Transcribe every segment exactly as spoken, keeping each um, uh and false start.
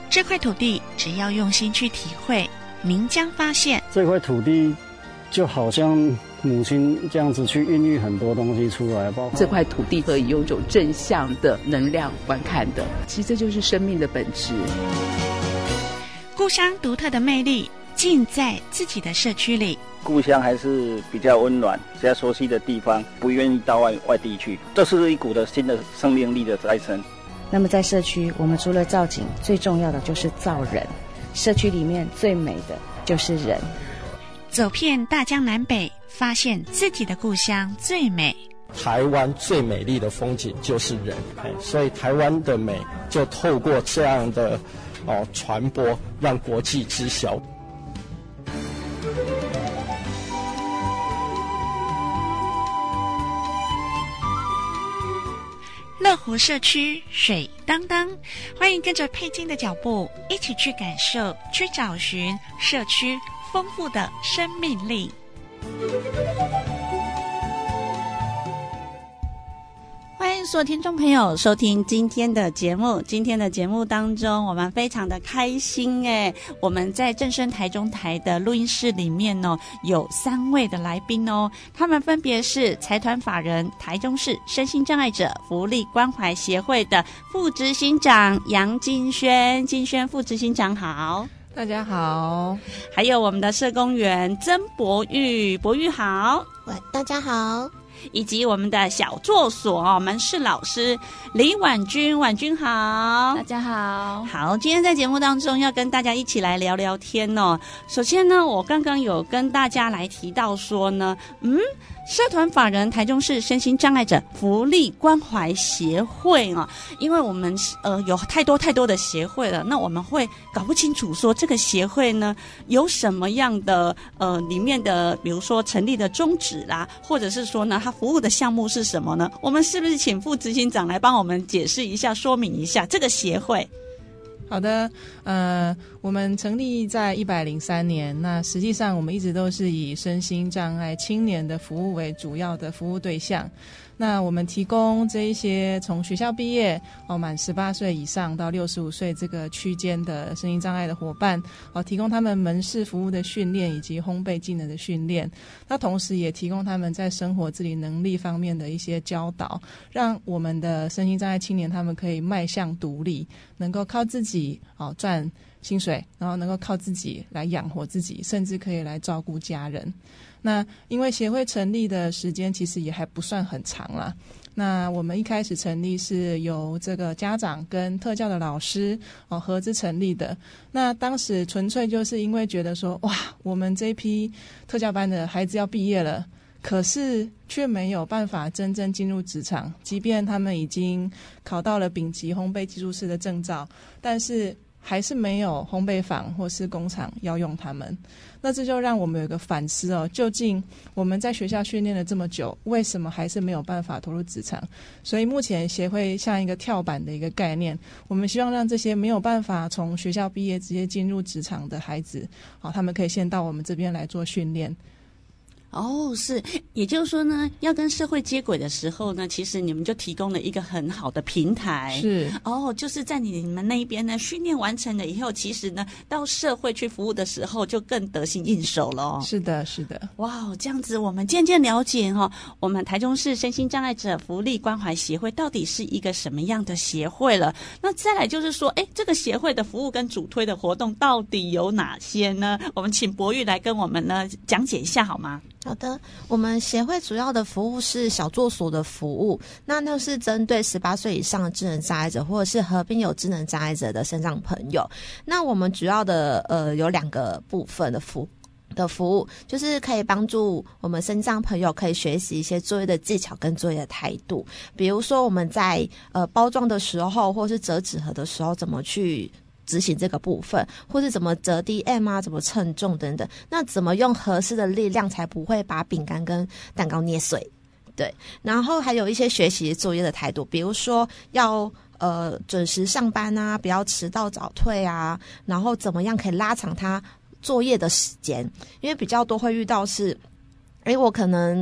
这块土地只要用心去体会，您将发现这块土地就好像母亲这样子去孕育很多东西出来，包括这块土地可以用一种正向的能量观看的，其实这就是生命的本质。 故乡独特的魅力尽在自己的社区里。 故乡还是比较温暖，比较熟悉的地方，不愿意到外外地去，这是一股的新的生命力的再生。 那么在社区，我们除了造景，最重要的就是造人。社区里面最美的就是人。 走遍大江南北，发现自己的故乡最美。 台湾最美丽的风景就是人，所以台湾的美就透过这样的哦传播，让国际知晓。 乐湖社区水当当，欢迎跟着佩金的脚步，一起去感受、去找寻社区丰富的生命力。欢迎所有听众朋友收听今天的节目。今天的节目当中，我们非常的开心诶，我们在正声台中台的录音室里面呢，有三位的来宾哦，他们分别是财团法人台中市身心障碍者福利关怀协会的副执行长杨金轩，金轩副执行长好。 大家好。 还有我们的社工员曾博玉，博玉好。 喂，大家好。 以及我们的小作所、哦、门市老师李婉君，婉君好。 大家好。 好，今天在节目当中要跟大家一起来聊聊天哦。首先呢，我刚刚有跟大家来提到说呢，嗯，社团法人台中市身心障碍者福利关怀协会啊，因为我们呃有太多太多的协会了，那我们会搞不清楚说这个协会呢有什么样的呃里面的，比如说成立的宗旨啦，或者是说呢它服务的项目是什么呢？我们是不是请副执行长来帮我们解释一下、说明一下这个协会？ 好的，呃，我们成立在一百零三年，那实际上我们一直都是以身心障碍青年的服务为主要的服务对象。那我们提供这一些从学校毕业哦，满十八岁以上到六十五岁这个区间的身心障碍的伙伴哦，提供他们门市服务的训练以及烘焙技能的训练。那同时也提供他们在生活自理能力方面的一些教导，让我们的身心障碍青年他们可以迈向独立，能够靠自己哦赚薪水，然后能够靠自己来养活自己，甚至可以来照顾家人。那因为协会成立的时间其实也还不算很长啦，那我们一开始成立是由这个家长跟特教的老师哦合资成立的。那当时纯粹就是因为觉得说，哇，我们这批特教班的孩子要毕业了，可是却没有办法真正进入职场，即便他们已经考到了丙级烘焙技术师的证照，但是还是没有烘焙坊或是工厂要用他们。那这就让我们有一个反思哦，究竟我们在学校训练了这么久，为什么还是没有办法投入职场？所以目前协会像一个跳板的一个概念，我们希望让这些没有办法从学校毕业直接进入职场的孩子，好，他们可以先到我们这边来做训练。 哦，是，也就是说呢，要跟社会接轨的时候呢，其实你们就提供了一个很好的平台。 是， 哦，就是在你们那一边呢，训练完成了以后，其实呢，到社会去服务的时候，就更得心应手了。 是的，是的。 哇，这样子我们渐渐了解哈、哦，我们台中市身心障碍者福利关怀协会到底是一个什么样的协会了。那再来就是说，哎，这个协会的服务跟主推的活动到底有哪些呢？我们请博玉来跟我们呢讲解一下好吗？ 好的，我们协会主要的服务是小作所的服务，那那是针对十八岁以上的智能障碍者或者是合并有智能障碍者的身障朋友。那我们主要的呃有两个部分的服务的服务，就是可以帮助我们身障朋友可以学习一些作业的技巧跟作业的态度，比如说我们在呃包装的时候或是折纸盒的时候怎么去执行这个部分，或是怎么折 D M 啊，怎么称重等等，那怎么用合适的力量才不会把饼干跟蛋糕捏碎。对，然后还有一些学习作业的态度，比如说要呃准时上班啊，不要迟到早退啊，然后怎么样可以拉长他作业的时间，因为比较多会遇到是诶我可能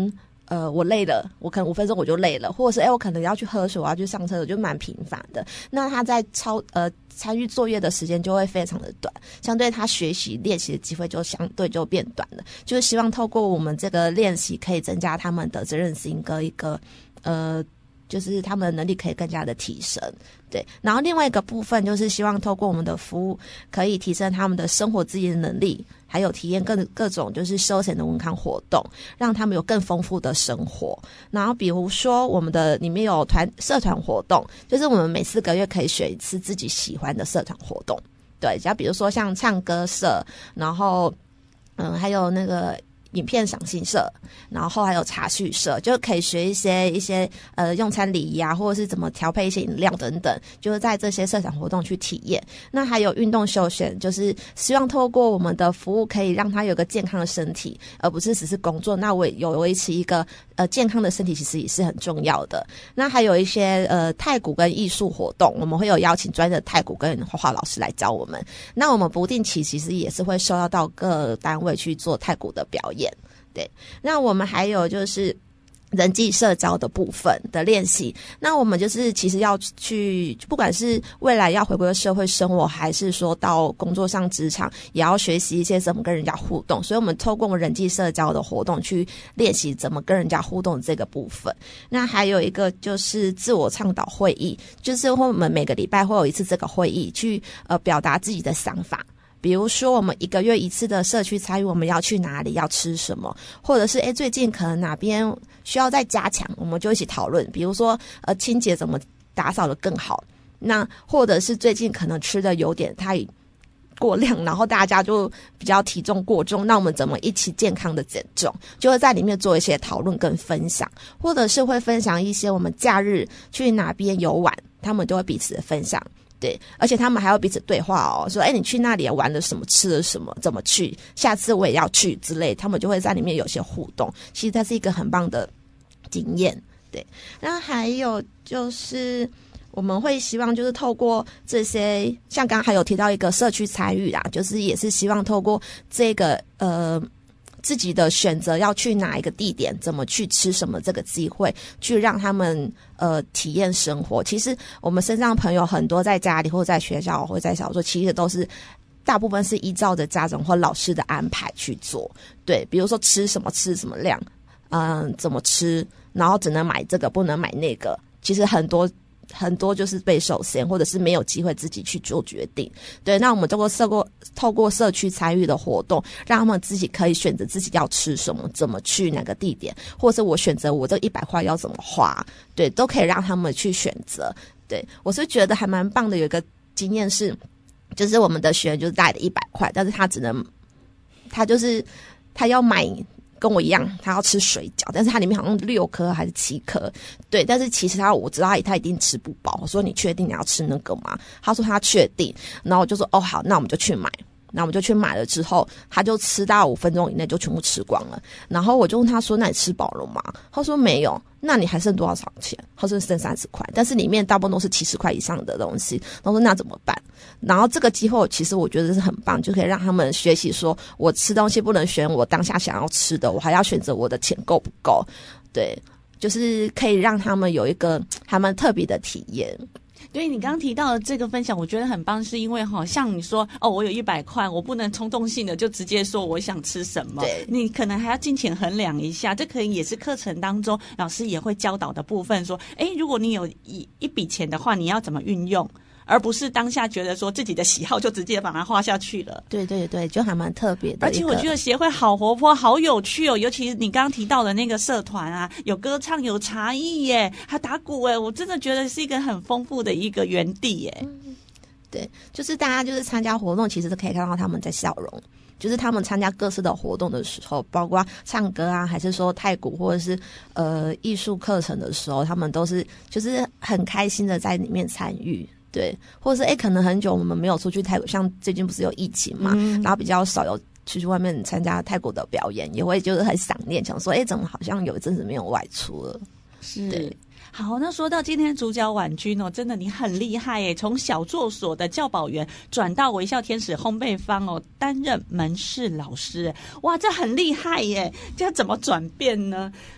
呃，我累了，我可能五分钟我就累了，或者是哎，我可能要去喝水，我要去上厕所，就蛮频繁的。那他在超呃参与作业的时间就会非常的短，相对他学习练习的机会就相对就变短了。就是希望透过我们这个练习，可以增加他们的责任心跟一个呃。就是他们的能力可以更加的提升，对。然后另外一个部分就是希望透过我们的服务，可以提升他们的生活自理的能力，还有体验各各种就是休闲的文康活动，让他们有更丰富的生活。然后比如说我们的里面有团社团活动，就是我们每四个月可以选一次自己喜欢的社团活动，对。像比如说像唱歌社，然后嗯还有那个。影片赏析社，然后还有茶叙社，就可以学一些一些呃用餐礼仪啊，或者是怎么调配一些饮料等等，就是在这些社团活动去体验。那还有运动休闲，就是希望透过我们的服务，可以让他有个健康的身体，而不是只是工作。那我有维持一个呃健康的身体，其实也是很重要的。那还有一些呃太鼓跟艺术活动，我们会有邀请专业的太鼓跟画画老师来教我们。那我们不定期其实也是会受邀到各单位去做太鼓的表演。对，那我们还有就是人际社交的部分的练习，那我们就是其实要去，不管是未来要回归社会生活，还是说到工作上职场，也要学习一些怎么跟人家互动，所以我们透过人际社交的活动去练习怎么跟人家互动这个部分。那还有一个就是自我倡导会议，就是我们每个礼拜会有一次这个会议，去呃表达自己的想法。比如说我们一个月一次的社区参与，我们要去哪里，要吃什么，或者是诶最近可能哪边需要再加强，我们就一起讨论。比如说呃清洁怎么打扫得更好，那或者是最近可能吃的有点太过量，然后大家就比较体重过重，那我们怎么一起健康的减重，就会在里面做一些讨论跟分享，或者是会分享一些我们假日去哪边游玩，他们都会彼此的分享。对，而且他们还要彼此对话哦，说哎，你去那里玩了什么，吃了什么，怎么去，下次我也要去之类，他们就会在里面有些互动。其实它是一个很棒的经验。对，那还有就是我们会希望就是透过这些，像刚刚还有提到一个社区参与啦，就是也是希望透过这个呃自己的选择要去哪一个地点，怎么去吃什么，这个机会去让他们呃体验生活。其实我们身上朋友很多在家里或者在学校或者在小说，其实都是大部分是依照着家长或老师的安排去做。对，比如说吃什么吃什么量，嗯、呃，怎么吃，然后只能买这个不能买那个，其实很多很多就是被受限，或者是没有机会自己去做决定。对，那我们透过社过透过社区参与的活动，让他们自己可以选择自己要吃什么，怎么去哪个地点，或者是我选择我这一百块要怎么花，对，都可以让他们去选择。对，我是觉得还蛮棒的。有一个经验是，就是我们的学员就是带了一百块，但是他只能，他就是他要买。跟我一样，他要吃水饺，但是他里面好像六颗还是七颗，对，但是其实他我知道他他一定吃不饱。我说你确定你要吃那个吗？他说他确定，然后我就说哦好，那我们就去买。那我们就去买了之后，他就吃到五分钟以内就全部吃光了。然后我就问他说：“那你吃饱了吗？”他说：“没有。”那你还剩多少钱？他说剩三十块，但是里面大部分都是七十块以上的东西。他说那怎么办？然后这个机会其实我觉得是很棒，就可以让他们学习说，我吃东西不能选我当下想要吃的，我还要选择我的钱够不够。对，就是可以让他们有一个还蛮特别的体验。 对，你刚刚提到的这个分享，我觉得很棒，是因为哈，像你说哦，我有一百块，我不能冲动性的就直接说我想吃什么， 对， 你可能还要金钱衡量一下，这可能也是课程当中老师也会教导的部分，说，哎，如果你有一一笔钱的话，你要怎么运用？而不是当下觉得说自己的喜好就直接把它花下去了。 对对对，就还蛮特别的。 而且我觉得协会好活泼，好有趣哦，尤其是你刚刚提到的那个社团啊，有歌唱，有茶艺耶，还打鼓耶，我真的觉得是一个很丰富的一个园地耶。 嗯，对，就是大家就是参加活动，其实是可以看到他们在笑容。就是他们参加各式的活动的时候，包括唱歌啊，还是说太鼓或者是呃艺术课程的时候，他们都是就是很开心的在里面参与。对，或者是哎，可能很久我们没有出去泰国，像最近不是有疫情嘛，嗯、然后比较少有出去外面参加泰国的表演，也会就是很想念，想说哎，怎么好像有一阵子没有外出了？ 是。对，好，那说到今天主角婉君哦，真的你很厉害耶，从小作所的教保员转到微笑天使烘焙坊哦，担任门市老师，哇，这很厉害耶，这要怎么转变呢？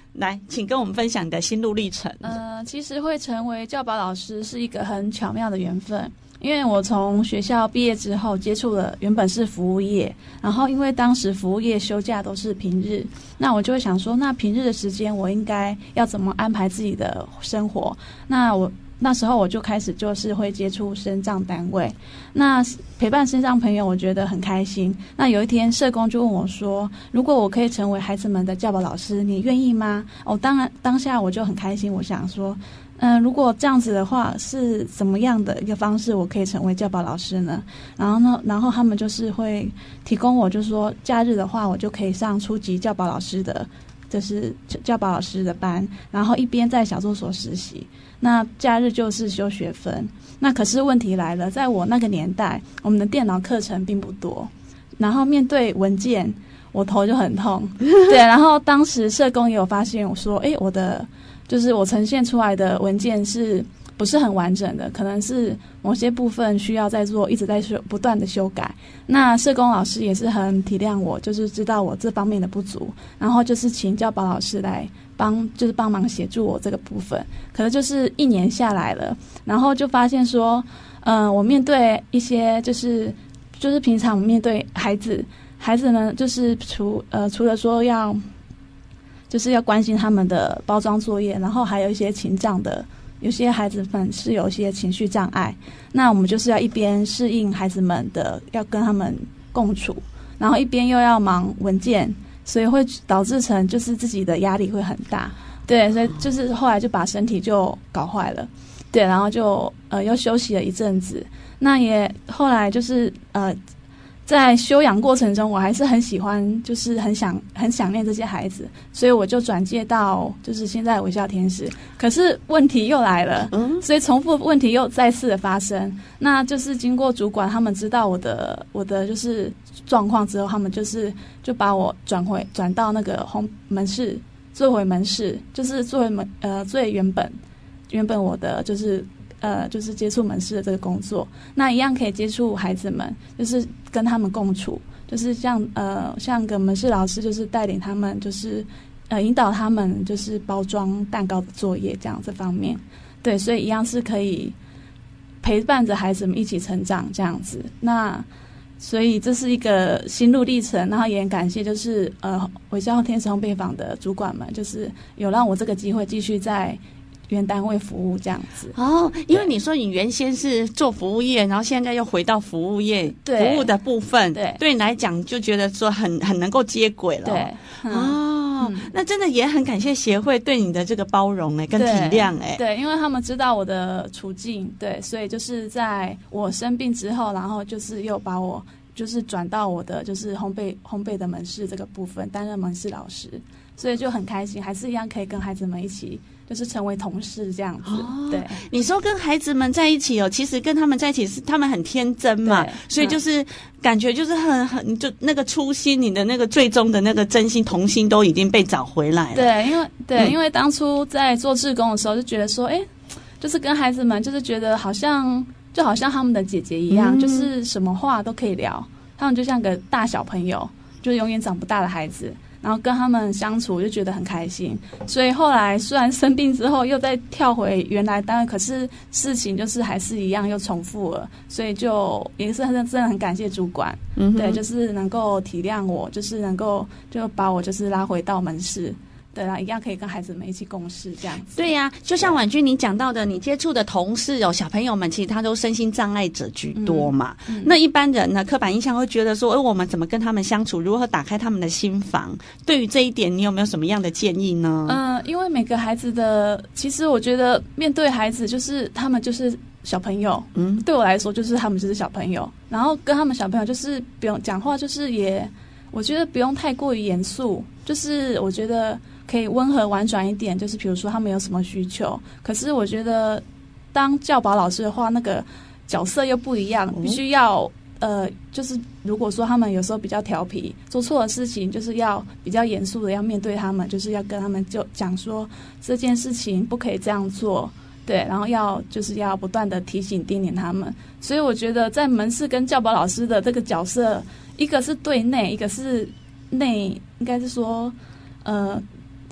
来，请跟我们分享你的心路历程。 呃，其实会成为教保老师是一个很巧妙的缘分。因为我从学校毕业之后接触了原本是服务业，然后因为当时服务业休假都是平日，那我就会想说，那平日的时间我应该要怎么安排自己的生活？那我那时候我就开始就是会接触身障单位，那陪伴身障朋友，我觉得很开心。那有一天社工就问我说，如果我可以成为孩子们的教保老师，你愿意吗？哦，当然当下我就很开心，我想说嗯、呃，如果这样子的话，是怎么样的一个方式我可以成为教保老师呢？然后呢，然后他们就是会提供我，就是说假日的话，我就可以上初级教保老师的，就是教保老师的班，然后一边在小作所实习。那假日就是修学分。那可是问题来了，在我那个年代，我们的电脑课程并不多，然后面对文件，我头就很痛。对，然后当时社工也有发现我说，诶，我的就是我呈现出来的文件是不是很完整的，可能是某些部分需要再做，一直在修，不断的修改。那社工老师也是很体谅我，就是知道我这方面的不足，然后就是请教保老师来帮，就是帮忙协助我这个部分。可是就是一年下来了，然后就发现说，嗯、呃，我面对一些就是就是平常面对孩子，孩子呢就是除呃除了说要。就是要关心他们的包装作业，然后还有一些情障的，有些孩子们是有一些情绪障碍，那我们就是要一边适应孩子们的，要跟他们共处，然后一边又要忙文件，所以会导致成就是自己的压力会很大。对，所以就是后来就把身体就搞坏了，对，然后就呃又休息了一阵子，那也后来就是呃。在休养过程中，我还是很喜欢，就是很想很想念这些孩子，所以我就转介到就是现在微笑天使。可是问题又来了，嗯，所以重复问题又再次的发生。那就是经过主管他们知道我的我的就是状况之后，他们就是就把我转回转到那个红门市，做回门市，就是作为门呃最原本原本我的就是。呃，就是接触门市的这个工作，那一样可以接触孩子们，就是跟他们共处，就是像呃，像个门市老师，就是带领他们，就是呃，引导他们，就是包装蛋糕的作业这样这方面，对，所以一样是可以陪伴着孩子们一起成长这样子。那所以这是一个心路历程，然后也很感谢，就是呃，微笑天使烘焙坊的主管们，就是有让我这个机会继续在。原单位服务这样子哦，因为你说你原先是做服务业，然后现在又回到服务业服务的部分，对，对你来讲就觉得说很很能够接轨了，对，嗯、哦、嗯，那真的也很感谢协会对你的这个包容哎、欸，跟体谅哎、欸， 对，因为他们知道我的处境，对，所以就是在我生病之后，然后就是又把我就是转到我的就是烘焙烘焙的门市这个部分担任门市老师，所以就很开心，还是一样可以跟孩子们一起。就是成为同事这样子、哦，对。 你说跟孩子们在一起哦，其实跟他们在一起是他们很天真嘛，所以就是感觉就是很很就那个初心，你的那个最终的那个真心童心都已经被找回来了。 对，因为对、嗯，因为当初在做志工的时候就觉得说，哎，就是跟孩子们就是觉得好像就好像他们的姐姐一样、嗯，就是什么话都可以聊，他们就像个大小朋友，就是永远长不大的孩子。然后跟他们相处就觉得很开心，所以后来虽然生病之后又再跳回原来单位，可是事情就是还是一样又重复了，所以就也是真的很感谢主管，嗯，对，就是能够体谅我，就是能够就把我就是拉回到门市。对啦，一样可以跟孩子们一起共事这样子。 对呀、啊，就像婉君你讲到的，你接触的同事哦，小朋友们其实他都身心障碍者居多嘛。嗯嗯、那一般人呢，刻板印象会觉得说，哎，我们怎么跟他们相处？如何打开他们的心房？对于这一点，你有没有什么样的建议呢？ 嗯、呃，因为每个孩子的，其实我觉得面对孩子，就是他们就是小朋友。嗯，对我来说，就是他们就是小朋友。然后跟他们小朋友就是不用讲话，就是也我觉得不用太过于严肃，就是我觉得。可以温和婉转一点，就是比如说他们有什么需求，可是我觉得当教保老师的话，那个角色又不一样，必须要呃，就是如果说他们有时候比较调皮，做错的事情，就是要比较严肃的要面对他们，就是要跟他们就讲说这件事情不可以这样做，对，然后要就是要不断的提醒叮咛他们。所以我觉得在门市跟教保老师的这个角色，一个是对内，一个是内，应该是说呃。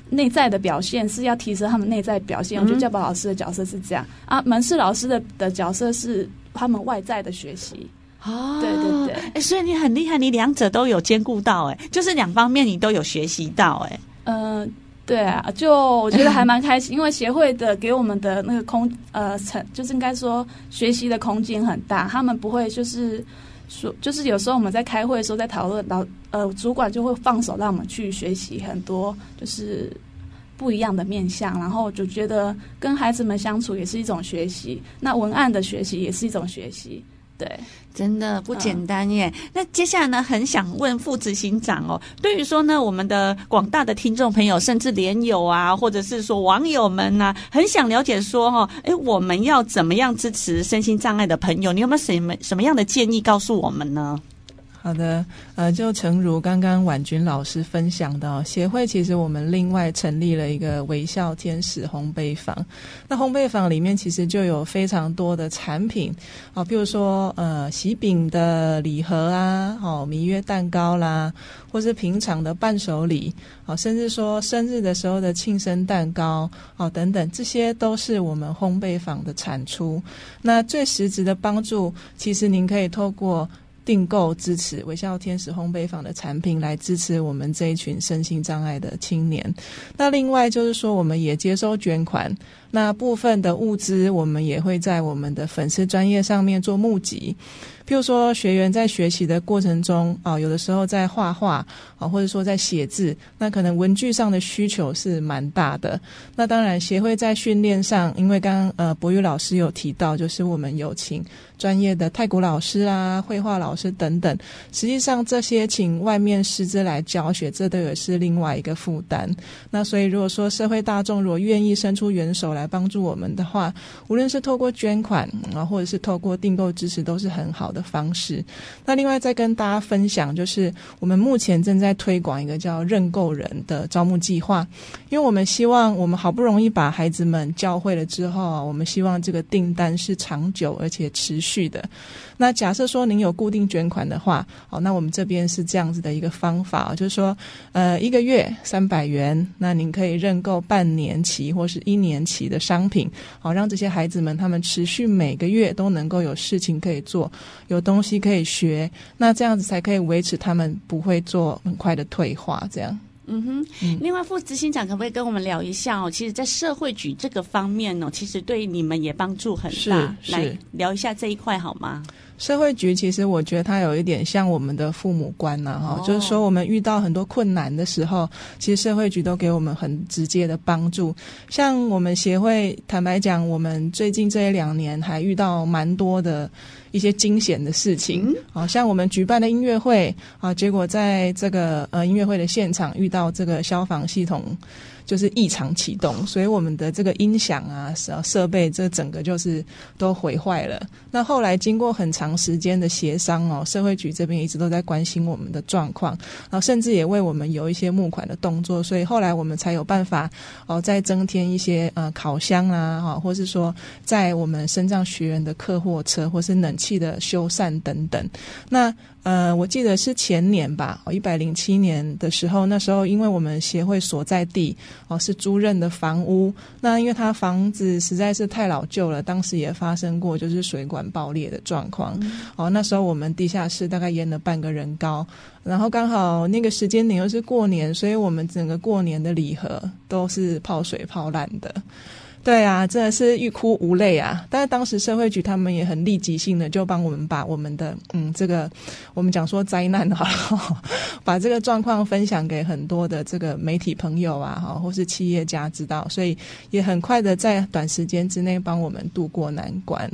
内在的表现是要提升他们内在表现，嗯、我觉得教保老师的角色是这样啊，门市老师的的角色是他们外在的学习。 哦， 对对对， 哎，所以你很厉害，你两者都有兼顾到，哎，就是两方面你都有学习到，哎， 嗯、呃，对啊，就我觉得还蛮开心，因为协会的给我们的那个空呃层，就是应该说学习的空间很大，他们不会就是说，就是有时候我们在开会的时候在讨论，老呃主管就会放手让我们去学习很多就是不一样的面向，然后就觉得跟孩子们相处也是一种学习，那文案的学习也是一种学习。对， 真的不简单耶、嗯、那接下来呢，很想问副执行长哦，对于说呢我们的广大的听众朋友，甚至连友啊，或者是说网友们啊，很想了解说哦，诶我们要怎么样支持身心障碍的朋友，你有没有什么什么样的建议告诉我们呢？ 好的，呃，就诚如刚刚婉君老师分享的、哦，协会其实我们另外成立了一个微笑天使烘焙坊。那烘焙坊里面其实就有非常多的产品啊，比如说呃喜饼的礼盒啊，哦蜜月蛋糕啦，或是平常的伴手礼，哦甚至说生日的时候的庆生蛋糕，哦等等，这些都是我们烘焙坊的产出。那最实质的帮助，其实您可以透过订购支持微笑天使烘焙坊的产品，来支持我们这一群身心障碍的青年。那另外就是说，我们也接收捐款，那部分的物资我们也会在我们的粉丝专页上面做募集。譬如说学员在学习的过程中啊，有的时候在画画啊，或者说在写字，那可能文具上的需求是蛮大的。那当然协会在训练上，因为刚刚呃博宇老师有提到，就是我们有请专业的太鼓老师啊、绘画老师等等，实际上这些请外面师资来教学，这都也是另外一个负担。那所以如果说社会大众如果愿意伸出援手来帮助我们的话，无论是透过捐款啊，或者是透过订购支持，都是很好的方式。那另外再跟大家分享，就是我们目前正在推广一个叫认购人的招募计划，因为我们希望我们好不容易把孩子们教会了之后啊，我们希望这个订单是长久而且持续的。那假设说您有固定捐款的话，好，那我们这边是这样子的一个方法，就是说呃一个月三百元，那您可以认购半年期或是一年期的商品，好，让这些孩子们他们持续每个月都能够有事情可以做，有东西可以学，那这样子才可以维持他们不会做很快的退化这样。 嗯哼，另外副执行长可不可以跟我们聊一下哦？其实在社会局这个方面哦，其实对你们也帮助很大，来聊一下这一块好吗？ 社会局其实我觉得它有一点像我们的父母官呐、啊，哈、哦，就是说我们遇到很多困难的时候，其实社会局都给我们很直接的帮助。像我们协会，坦白讲，我们最近这一两年还遇到蛮多的一些惊险的事情，啊、嗯，像我们举办的音乐会啊，结果在这个呃音乐会的现场遇到这个消防系统就是异常启动，所以我们的这个音响啊设备这整个就是都毁坏了。那后来经过很长时间的协商哦，社会局这边一直都在关心我们的状况，然后甚至也为我们有一些募款的动作，所以后来我们才有办法哦再增添一些呃烤箱啊，哈，或是说在我们身障学员的客货车或是冷气的修缮等等。那呃，我记得是前年吧，一百零七年的时候，那时候因为我们协会所在地哦是租赁的房屋，那因为它房子实在是太老旧了，当时也发生过就是水管爆裂的状况、嗯、哦，那时候我们地下室大概淹了半个人高，然后刚好那个时间点又是过年，所以我们整个过年的礼盒都是泡水泡烂的。对啊，真的是欲哭无泪啊！但是当时社会局他们也很立即性的就帮我们把我们的嗯这个我们讲说灾难好了，把这个状况分享给很多的这个媒体朋友啊，哈，或是企业家知道，所以也很快的在短时间之内帮我们渡过难关。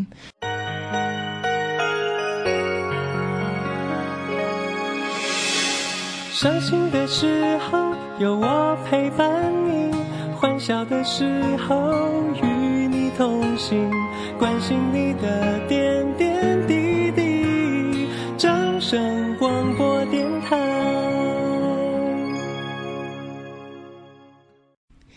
伤心的时候有我陪伴你，欢笑的时候与你同行，关心你的点点滴滴。掌声广播电台。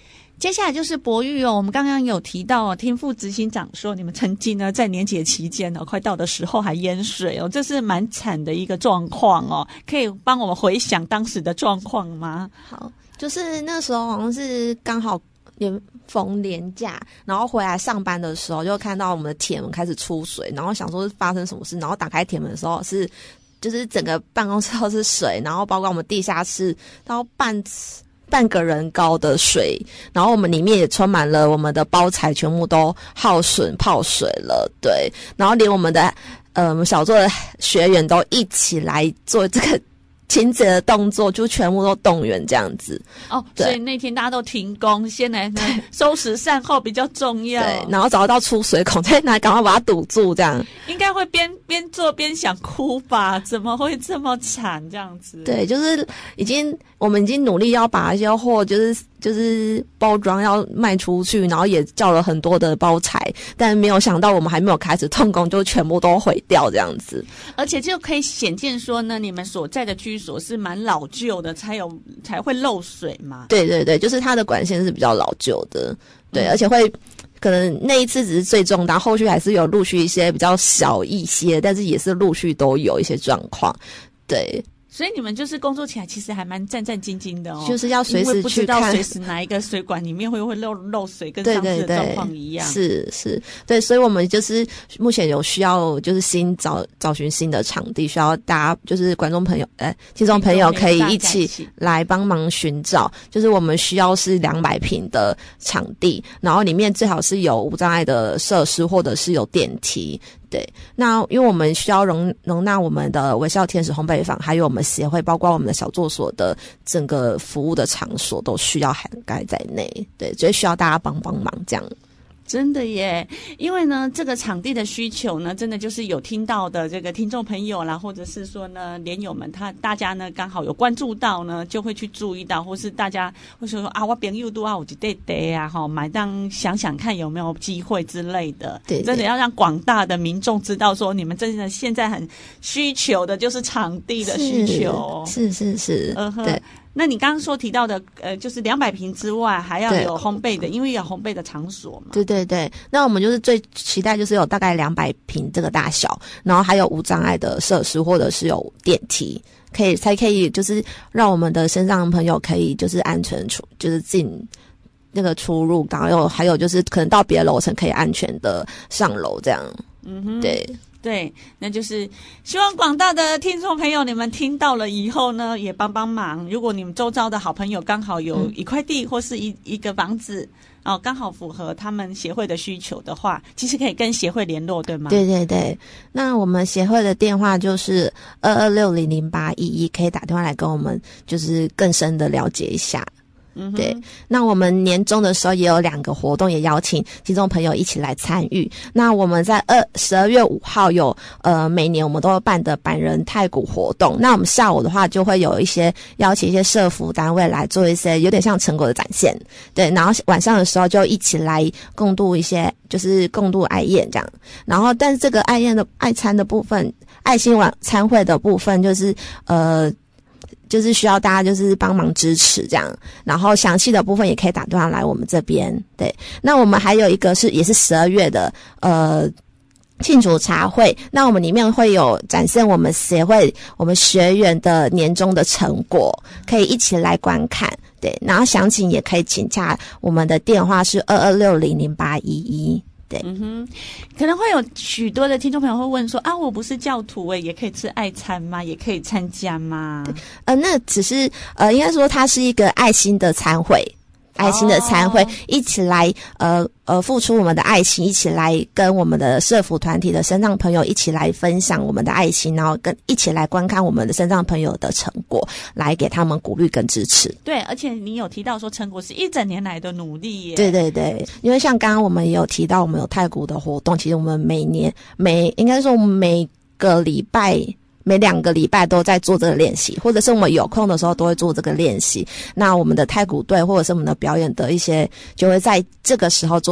接下来就是博玉哦，我们刚刚有提到哦，听副执行长说，你们曾经呢在年节期间呢，快到的时候还淹水哦，这是蛮惨的一个状况哦，可以帮我们回想当时的状况吗？ 好，就是那时候好像是刚好年逢年假，然后回来上班的时候，就看到我们的铁门开始出水，然后想说发生什么事，然后打开铁门的时候是，就是整个办公室都是水，然后包括我们地下室到半半个人高的水，然后我们里面也充满了我们的包材，全部都耗损泡水了，对，然后连我们的呃小作的学员都一起来做这个清洁的动作，就全部都动员这样子哦，所以那天大家都停工，先来收拾善后比较重要。 对，然后找到出水孔，再拿赶快把它堵住，这样应该会边边做边想哭吧？怎么会这么惨这样子？ 对，就是已经我们已经努力要把一些货就是就是包装要卖出去，然后也叫了很多的包材，但没有想到我们还没有开始动工，就全部都毁掉这样子。 而且就可以显见说呢，你们所在的居所是蛮老旧的，才有才会漏水嘛。 对对对，就是它的管线是比较老旧的，对，嗯、而且会可能那一次只是最重大，后续还是有陆续一些比较小一些，但是也是陆续都有一些状况，对。 所以你们就是工作起来其实还蛮战战兢兢的哦， 就是要随时去看， 因为不知道随时哪一个水管里面会不会漏漏水，跟上次的状况一样。 对对对，是是，对，所以我们就是目前有需要，就是新找找寻新的场地，需要大家就是观众朋友、呃听众朋友可以一起来帮忙寻找。就是我们需要是两百平的场地，然后里面最好是有无障碍的设施，或者是有电梯。对，那因为我们需要容容纳我们的微笑天使烘焙坊，还有我们协会，包括我们的小作所的整个服务的场所都需要涵盖在内。对，所以需要大家帮帮忙这样。 真的耶，因为呢，这个场地的需求呢，真的就是有听到的这个听众朋友啦，或者是说呢，连友们他大家呢刚好有关注到呢，就会去注意到，或是大家会说啊，我朋友都啊，我一对对啊，哈，买当想想看有没有机会之类的。对，真的要让广大的民众知道说，你们真的现在很需求的就是场地的需求。 是是是，是嗯哼，对。那你刚刚说提到的，呃，就是两百平之外，还要有烘焙的，因为有烘焙的场所嘛。 对对对，那我们就是最期待就是有大概两百平这个大小，然后还有无障碍的设施，或者是有电梯，可以才可以就是让我们的身障朋友可以就是安全出，就是进那个出入，然后有还有就是可能到别的楼层可以安全的上楼这样。嗯哼，对。 对，那就是希望广大的听众朋友，你们听到了以后呢，也帮帮忙。如果你们周遭的好朋友刚好有一块地或是一一个房子，哦，刚好符合他们协会的需求的话，其实可以跟协会联络，对吗？ 对对对，那我们协会的电话就是二二六零零八一一，可以打电话来跟我们，就是更深的了解一下。嗯，对，那我们年终的时候也有两个活动，也邀请听众朋友一起来参与。那我们在二十二月五号有呃每年我们都会办的百人太鼓活动，那我们下午的话就会有一些邀请一些社福单位来做一些有点像成果的展现，对，然后晚上的时候就一起来共度一些就是共度爱宴这样。然后但是这个爱宴的爱餐的部分，爱心晚餐会的部分就是呃就是需要大家就是帮忙支持这样，然后详细的部分也可以打电话来我们这边。对，那我们还有一个是也是十二月的呃庆祝茶会，那我们里面会有展现我们协会我们学员的年终的成果，可以一起来观看。对，然后详情也可以请洽我们的电话是二二六零零八一一。对， 嗯哼，可能会有许多的听众朋友会问说啊，我不是教徒诶，也可以吃爱餐吗？也可以参加吗？ 呃，那只是呃，应该说它是一个爱心的餐会。爱心的餐会，一起来呃呃付出我们的爱心，一起来跟我们的社福团体的身障朋友一起来分享我们的爱心，然后跟一起来观看我们的身障朋友的成果，来给他们鼓励跟支持。 对，而且你有提到说成果是一整年来的努力耶。 对对对，因为像刚刚我们也有提到我们有太鼓的活动，其实我们每年每应该说我们每个礼拜每两个礼拜都在做这个练习，或者是我们有空的时候都会做这个练习。那我们的太鼓队或者是我们的表演的一些，就会在这个时候做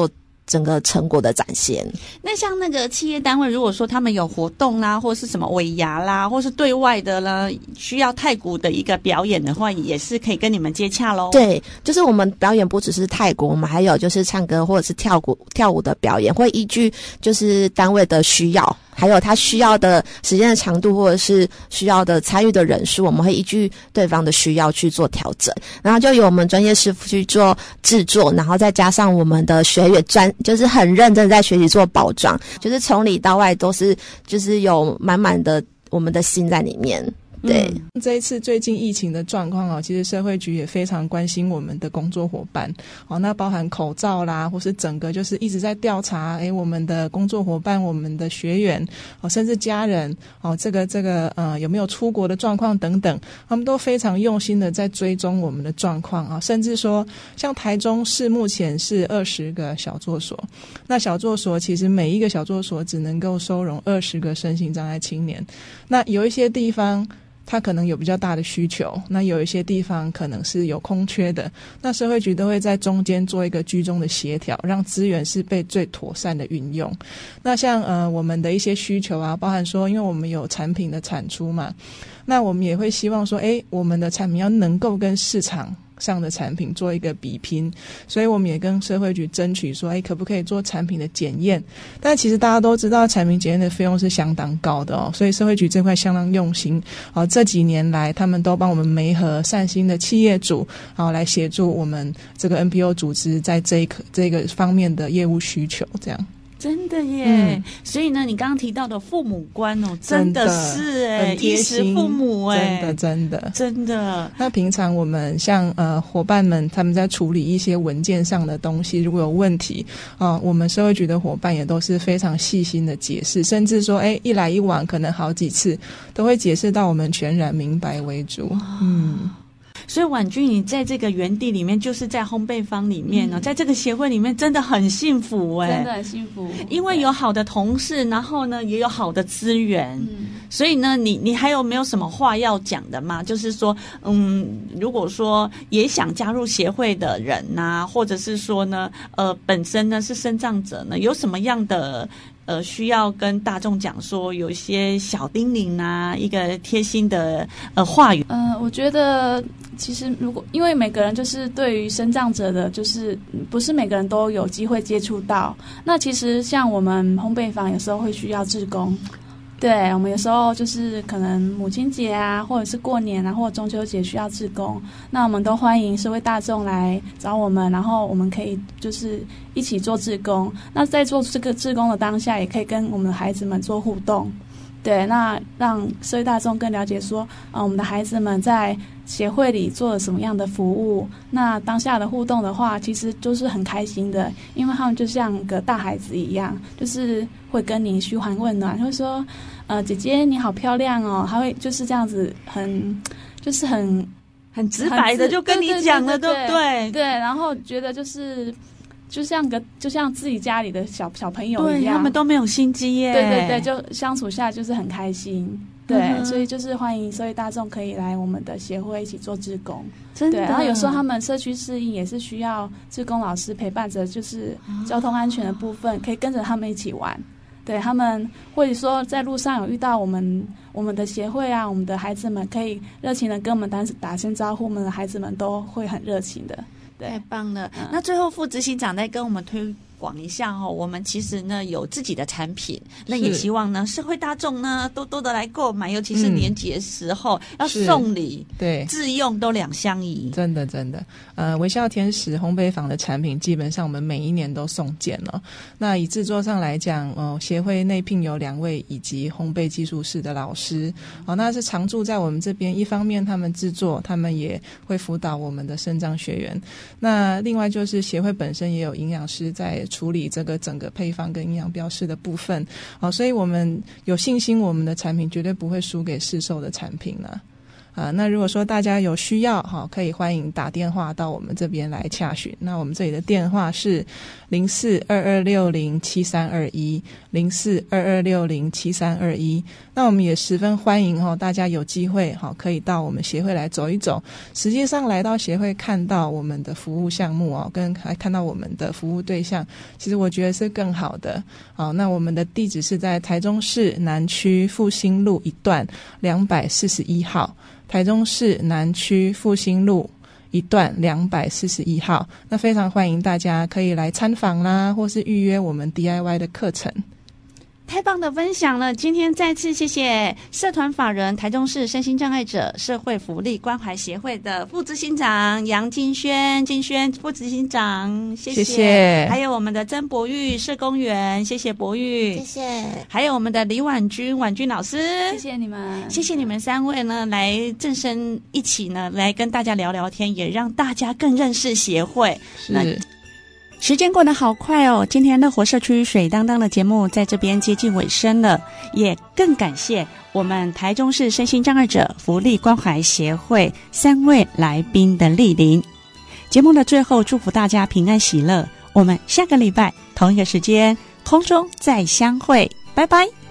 整个成果的展现。 那像那个企业单位，如果说他们有活动啦，或是什么尾牙啦，或是对外的呢，需要太鼓的一个表演的话，也是可以跟你们接洽咯。 对，就是我们表演不只是太鼓，我们还有就是唱歌或者是跳舞跳舞的表演，会依据就是单位的需要，还有他需要的时间的长度，或者是需要的参与的人数，我们会依据对方的需要去做调整，然后就由我们专业师傅去做制作，然后再加上我们的学员专就是很认真在学习做包装，就是从里到外都是就是有满满的我们的心在里面。对、 嗯，这一次最近疫情的状况哦，其实社会局也非常关心我们的工作伙伴哦，那包含口罩啦，或是整个就是一直在调查，诶，我们的工作伙伴、我们的学员哦，甚至家人哦，这个这个呃有没有出国的状况等等，他们都非常用心的在追踪我们的状况啊，甚至说像台中市目前是二十个小作所，那小作所其实每一个小作所只能够收容二十个身心障碍青年，那有一些地方它可能有比较大的需求，那有一些地方可能是有空缺的，那社会局都会在中间做一个居中的协调，让资源是被最妥善的运用。那像呃我们的一些需求啊，包含说因为我们有产品的产出嘛，那我们也会希望说诶我们的产品要能够跟市场上的产品做一个比拼，所以我们也跟社会局争取说，哎，可不可以做产品的检验？但其实大家都知道，产品检验的费用是相当高的哦，所以社会局这块相当用心哦。这几年来，他们都帮我们媒合善心的企业主，然后来协助我们这个 N P O 组织在这一个这个方面的业务需求，这样。 真的耶、嗯、所以呢你刚刚提到的父母官哦，真的是哎，衣食父母哎， 真的真的真的。 那平常我们像呃伙伴们他们在处理一些文件上的东西，如果有问题啊、呃，我们社会局的伙伴也都是非常细心的解释，甚至说哎一来一往可能好几次都会解释到我们全然明白为主。嗯， 所以婉君你在这个园地里面，就是在烘焙坊里面呢、哦嗯、在这个协会里面真的很幸福哎， 真的很幸福， 因为有好的同事，然后呢也有好的资源、嗯、所以呢你你还有没有什么话要讲的吗？就是说嗯，如果说也想加入协会的人啊，或者是说呢呃本身呢是身障者呢，有什么样的呃，需要跟大众讲说，有一些小叮咛啊，一个贴心的呃话语。 嗯、呃，我觉得其实如果因为每个人就是对于身障者的，就是不是每个人都有机会接触到。那其实像我们烘焙坊有时候会需要志工。对，我们有时候就是可能母亲节啊，或者是过年啊，或者中秋节需要志工，那我们都欢迎社会大众来找我们，然后我们可以就是一起做志工。那在做这个志工的当下，也可以跟我们的孩子们做互动。对，那让社会大众更了解说，呃，我们的孩子们在协会里做了什么样的服务。那当下的互动的话，其实就是很开心的，因为他们就像个大孩子一样，就是会跟你嘘寒问暖，会说，呃，姐姐你好漂亮哦，还会就是这样子很，就是很很直白的就跟你讲了， 对不对？ 对，然后觉得就是。就像个就像自己家里的小小朋友一样， 对，他们都没有心机耶。 对对对，就相处下就是很开心。对、嗯，所以就是欢迎社会大众可以来我们的协会一起做志工。 真的， 对，然后有时候他们社区适应也是需要志工老师陪伴着，就是交通安全的部分，可以跟着他们一起玩。对他们，或者说在路上有遇到我们我们的协会啊，我们的孩子们可以热情的跟我们打打声招呼，我们的孩子们都会很热情的。 太棒了、嗯、那最后副执行长再跟我们推广一下哦，我们其实呢有自己的产品，那也希望呢社会大众呢多多的来购买，尤其是年节时候、嗯、要送礼， 对， 自用都两相宜。 真的真的，呃，微笑天使烘焙坊的产品基本上我们每一年都送件了。那以制作上来讲，呃，协会内聘有两位以及烘焙技术室的老师，哦，那是常驻在我们这边。一方面他们制作，他们也会辅导我们的身障学员。那另外就是协会本身也有营养师在处理这个整个配方跟营养标示的部分，哦，所以我们有信心我们的产品绝对不会输给市售的产品啦。 啊，那如果说大家有需要哈，可以欢迎打电话到我们这边来洽询。那我们这里的电话是零四二二六零七三二一零四二二六零七三二一。那我们也十分欢迎哈，大家有机会哈，可以到我们协会来走一走。实际上来到协会看到我们的服务项目哦，跟还看到我们的服务对象，其实我觉得是更好的。好，那我们的地址是在台中市南区复兴路一段两百四十一号。台中市南区复兴路一段两百四十一号，那非常欢迎大家可以来参访啦，或是预约我们 D I Y 的课程。 太棒的分享了！今天再次谢谢社团法人台中市身心障碍者社会福利关怀协会的副执行长杨金轩，金轩副执行长，谢谢。 谢谢。 还有我们的曾博玉社工员，谢谢博玉， 谢谢。 还有我们的李婉君，婉君老师， 谢谢你们， 谢谢你们三位呢，来正身一起呢，来跟大家聊聊天，也让大家更认识协会。 是。 时间过得好快哦，今天乐活社区水当当的节目在这边接近尾声了，也更感谢我们台中市身心障碍者福利关怀协会三位来宾的莅临。节目的最后，祝福大家平安喜乐，我们下个礼拜同一个时间空中再相会，拜拜。